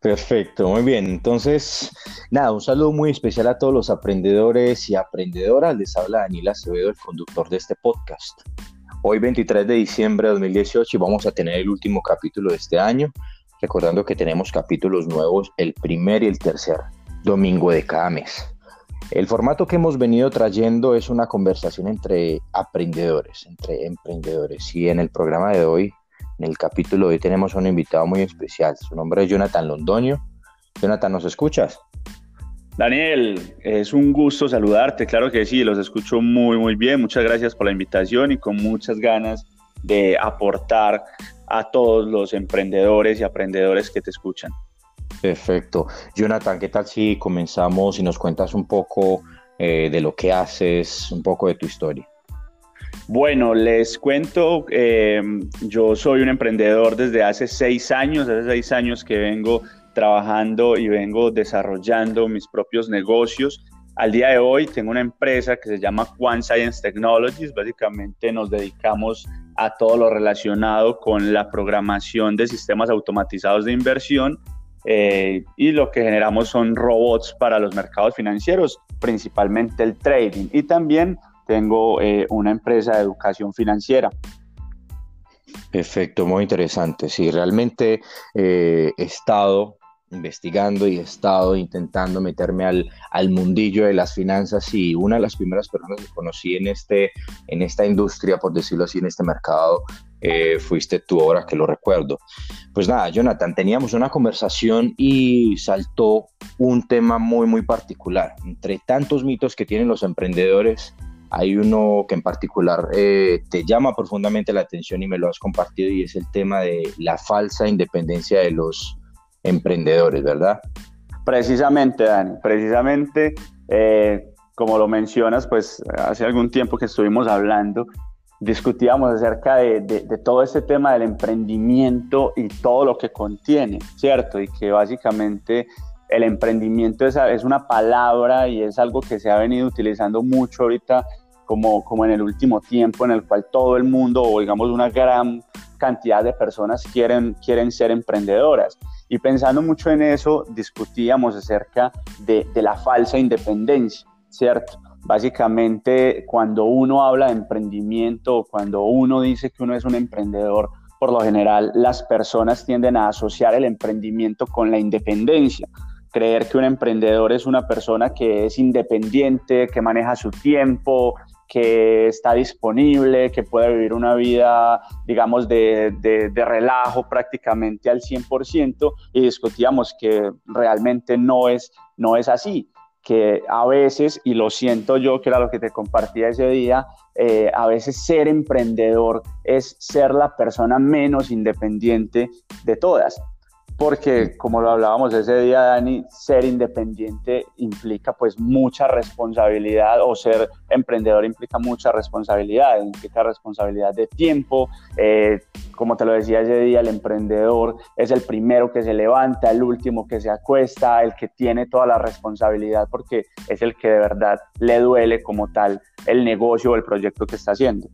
Perfecto, muy bien. Entonces, nada, un saludo muy especial a todos los aprendedores y aprendedoras. Les habla Daniel Acevedo, el conductor de este podcast. Hoy, 23 de diciembre de 2018, y vamos a tener el último capítulo de este año, recordando que tenemos capítulos nuevos el primer y el tercer domingo de cada mes. El formato que hemos venido trayendo es una conversación entre aprendedores, entre emprendedores, y en el programa de hoy, en el capítulo de hoy, tenemos a un invitado muy especial. Su nombre es Jonathan Londoño. Jonathan, ¿nos escuchas? Daniel, es un gusto saludarte, claro que sí, los escucho muy bien, muchas gracias por la invitación y con muchas ganas de aportar a todos los emprendedores y aprendedores que te escuchan. Perfecto. Jonathan, ¿qué tal si comenzamos y nos cuentas un poco de lo que haces, un poco de tu historia? Bueno, les cuento, yo soy un emprendedor desde hace 6 años que vengo trabajando y vengo desarrollando mis propios negocios. Al día de hoy tengo una empresa que se llama Quant Science Technologies. Básicamente nos dedicamos a todo lo relacionado con la programación de sistemas automatizados de inversión, y lo que generamos son robots para los mercados financieros, principalmente el trading, y también tengo una empresa de educación financiera. Perfecto, muy interesante. Sí, realmente he estado investigando y he estado intentando meterme al mundillo de las finanzas, y una de las primeras personas que conocí en esta industria, por decirlo así, en este mercado, fuiste tú, ahora que lo recuerdo. Pues nada, Jonathan, teníamos una conversación y saltó un tema muy particular. Entre tantos mitos que tienen los emprendedores, hay uno que en particular te llama profundamente la atención y me lo has compartido, y es el tema de la falsa independencia de los emprendedores, ¿verdad? Precisamente, Dani, precisamente, como lo mencionas, pues hace algún tiempo que estuvimos hablando, discutíamos acerca de todo este tema del emprendimiento y todo lo que contiene, ¿cierto? Y que básicamente el emprendimiento es una palabra y es algo que se ha venido utilizando mucho ahorita, como en el último tiempo, en el cual todo el mundo, o digamos una gran cantidad de personas quieren ser emprendedoras. Y pensando mucho en eso, discutíamos acerca de la falsa independencia, ¿cierto? Básicamente, cuando uno habla de emprendimiento, cuando uno dice que uno es un emprendedor, por lo general las personas tienden a asociar el emprendimiento con la independencia. Creer que un emprendedor es una persona que es independiente, que maneja su tiempo, que está disponible, que puede vivir una vida, digamos, de relajo prácticamente al 100%, y discutíamos que realmente no es así, que a veces, y lo siento yo, que era lo que te compartía ese día, a veces ser emprendedor es ser la persona menos independiente de todas. Porque, como lo hablábamos ese día, Dani, ser independiente implica pues mucha responsabilidad, o ser emprendedor implica mucha responsabilidad, implica responsabilidad de tiempo. Como te lo decía ese día, el emprendedor es el primero que se levanta, el último que se acuesta, el que tiene toda la responsabilidad, porque es el que de verdad le duele como tal el negocio o el proyecto que está haciendo.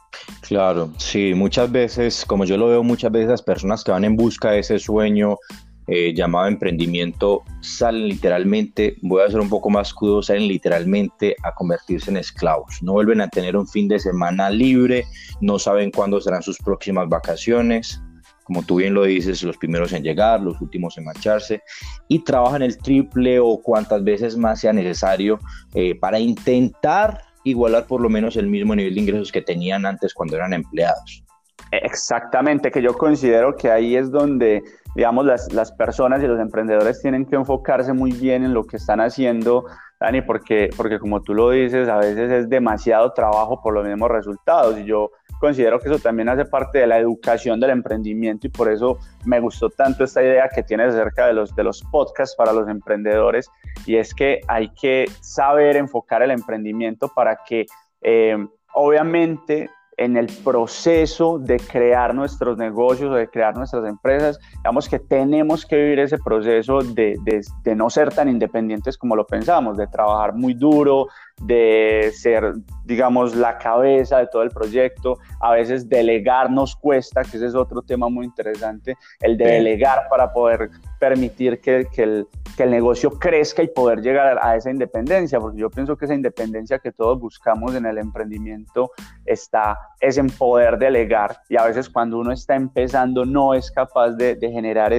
Claro, sí, muchas veces, como yo lo veo, muchas veces las personas que van en busca de ese sueño llamado emprendimiento salen literalmente, voy a ser un poco más crudo, salen literalmente a convertirse en esclavos. No vuelven a tener un fin de semana libre, no saben cuándo serán sus próximas vacaciones. Como tú bien lo dices, los primeros en llegar, los últimos en marcharse, y trabajan el triple o cuantas veces más sea necesario para intentar igualar por lo menos el mismo nivel de ingresos que tenían antes cuando eran empleados. Exactamente, que yo considero que ahí es donde, digamos, las personas y los emprendedores tienen que enfocarse muy bien en lo que están haciendo, Dani, porque como tú lo dices, a veces es demasiado trabajo por los mismos resultados, y yo considero que eso también hace parte de la educación del emprendimiento, y por eso me gustó tanto esta idea que tienes acerca de los podcasts para los emprendedores, y es que hay que saber enfocar el emprendimiento para que, obviamente, en el proceso de crear nuestros negocios o de crear nuestras empresas, digamos que tenemos que vivir ese proceso de no ser tan independientes como lo pensamos, de trabajar muy duro, de ser, digamos, la cabeza de todo el proyecto. A veces delegar nos cuesta, que ese es otro tema muy interesante, el de delegar para poder permitir que el negocio crezca y poder llegar a esa independencia, porque yo pienso que esa independencia que todos buscamos en el emprendimiento es en poder delegar, y a veces cuando uno está empezando no es capaz de generar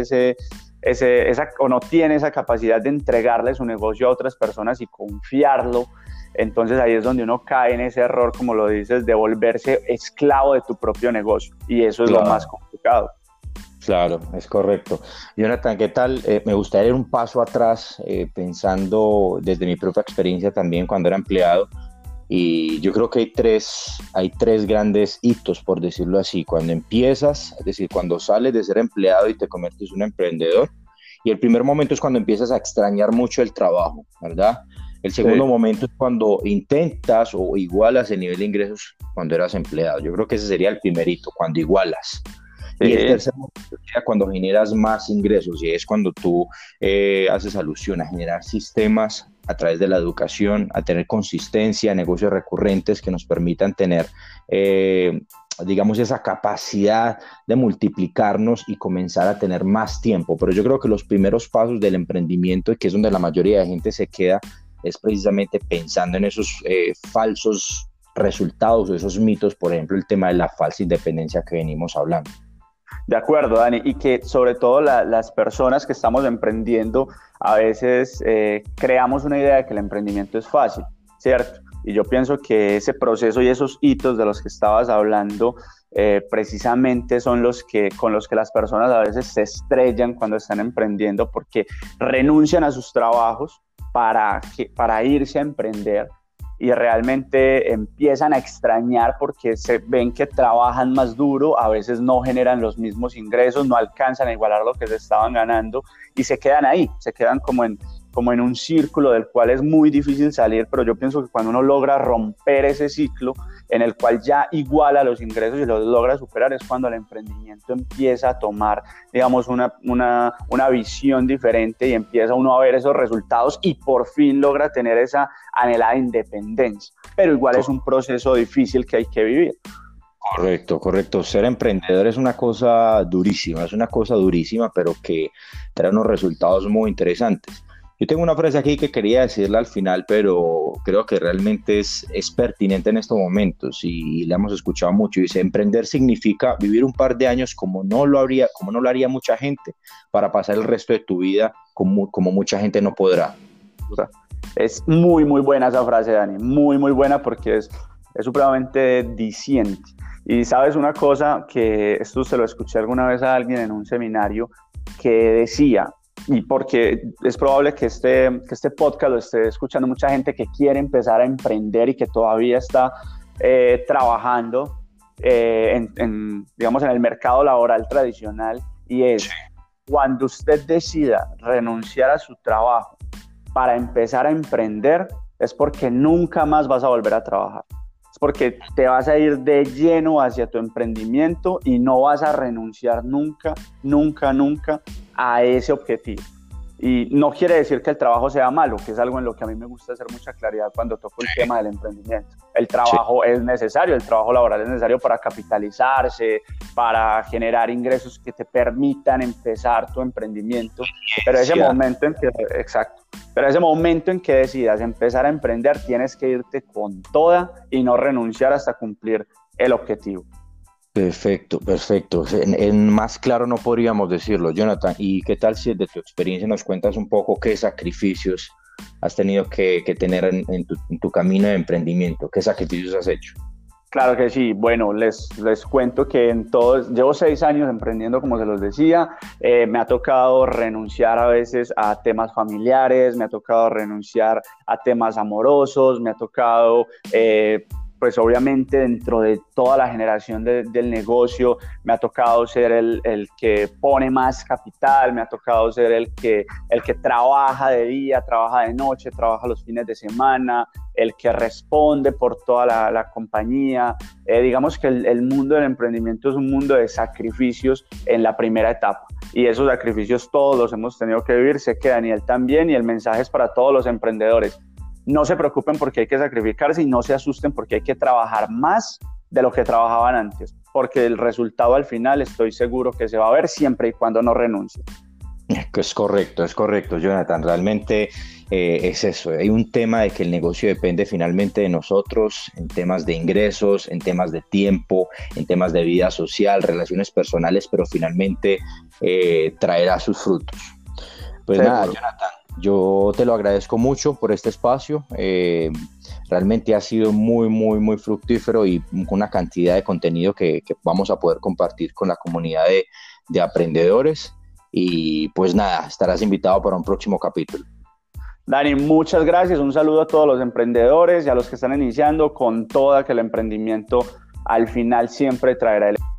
o no tiene esa capacidad de entregarle su negocio a otras personas y confiarlo. Entonces ahí es donde uno cae en ese error, como lo dices, de volverse esclavo de tu propio negocio, y eso es lo más complicado. Claro, es correcto. Jonathan, ¿qué tal? Me gustaría ir un paso atrás, pensando desde mi propia experiencia también cuando era empleado, y yo creo que hay tres grandes hitos, por decirlo así, cuando empiezas, es decir, cuando sales de ser empleado y te conviertes en un emprendedor, y el primer momento es cuando empiezas a extrañar mucho el trabajo, ¿verdad? El segundo momento es cuando intentas o igualas el nivel de ingresos cuando eras empleado. Yo creo que ese sería el primer hito, cuando igualas. Y el tercer momento sería cuando generas más ingresos, y es cuando tú haces alusión a generar sistemas a través de la educación, a tener consistencia, negocios recurrentes que nos permitan tener, digamos, esa capacidad de multiplicarnos y comenzar a tener más tiempo. Pero yo creo que los primeros pasos del emprendimiento, y que es donde la mayoría de gente se queda, es precisamente pensando en esos falsos resultados o esos mitos, por ejemplo, el tema de la falsa independencia que venimos hablando. De acuerdo, Dani, y que sobre todo las personas que estamos emprendiendo a veces creamos una idea de que el emprendimiento es fácil, ¿cierto? Y yo pienso que ese proceso y esos hitos de los que estabas hablando precisamente son con los que las personas a veces se estrellan cuando están emprendiendo, porque renuncian a sus trabajos para irse a emprender, y realmente empiezan a extrañar porque se ven que trabajan más duro, a veces no generan los mismos ingresos, no alcanzan a igualar lo que se estaban ganando, y se quedan ahí, se quedan como en un círculo del cual es muy difícil salir. Pero yo pienso que cuando uno logra romper ese ciclo en el cual ya iguala los ingresos y los logra superar, es cuando el emprendimiento empieza a tomar, digamos, una visión diferente, y empieza uno a ver esos resultados y por fin logra tener esa anhelada independencia. Pero igual es un proceso difícil que hay que vivir. Correcto. Ser emprendedor es una cosa durísima, pero que trae unos resultados muy interesantes. Yo tengo una frase aquí que quería decirla al final, pero creo que realmente es pertinente en estos momentos y la hemos escuchado mucho. Dice: emprender significa vivir un par de años como no lo haría mucha gente, para pasar el resto de tu vida como mucha gente no podrá. Es muy, muy buena esa frase, Dani, muy, muy buena, porque es supremamente diciente. Y sabes una cosa, que esto se lo escuché alguna vez a alguien en un seminario, que decía, y porque es probable que este podcast lo esté escuchando mucha gente que quiere empezar a emprender y que todavía está trabajando digamos, en el mercado laboral tradicional, y es: cuando usted decida renunciar a su trabajo para empezar a emprender, es porque nunca más vas a volver a trabajar. Es porque te vas a ir de lleno hacia tu emprendimiento y no vas a renunciar nunca a ese objetivo. Y no quiere decir que el trabajo sea malo, que es algo en lo que a mí me gusta hacer mucha claridad cuando toco el tema del emprendimiento. El trabajo es necesario, el trabajo laboral es necesario para capitalizarse, para generar ingresos que te permitan empezar tu emprendimiento. Pero ese momento en que decidas empezar a emprender, tienes que irte con toda y no renunciar hasta cumplir el objetivo. Perfecto. En más claro no podríamos decirlo, Jonathan. ¿Y qué tal si de tu experiencia nos cuentas un poco qué sacrificios has tenido que tener en tu camino de emprendimiento? ¿Qué sacrificios has hecho? Claro que sí. Bueno, les cuento que llevo 6 años emprendiendo, como se los decía. Me ha tocado renunciar a veces a temas familiares, me ha tocado renunciar a temas amorosos, me ha tocado pues obviamente dentro de toda la generación del negocio me ha tocado ser el que pone más capital, me ha tocado ser el que trabaja de día, trabaja de noche, trabaja los fines de semana, el que responde por toda la compañía. Digamos que el mundo del emprendimiento es un mundo de sacrificios en la primera etapa, y esos sacrificios todos los hemos tenido que vivir, sé que Daniel también, y el mensaje es para todos los emprendedores: no se preocupen porque hay que sacrificarse, y no se asusten porque hay que trabajar más de lo que trabajaban antes, porque el resultado al final estoy seguro que se va a ver siempre y cuando no renuncien. Es correcto, Jonathan. Realmente es eso. Hay un tema de que el negocio depende finalmente de nosotros en temas de ingresos, en temas de tiempo, en temas de vida social, relaciones personales, pero finalmente traerá sus frutos. Pues Seguro. nada, Jonathan, yo te lo agradezco mucho por este espacio. Realmente ha sido muy fructífero y con una cantidad de contenido que vamos a poder compartir con la comunidad de aprendedores. Y pues nada, estarás invitado para un próximo capítulo. Dani, muchas gracias. Un saludo a todos los emprendedores y a los que están iniciando, con toda que el emprendimiento al final siempre traerá el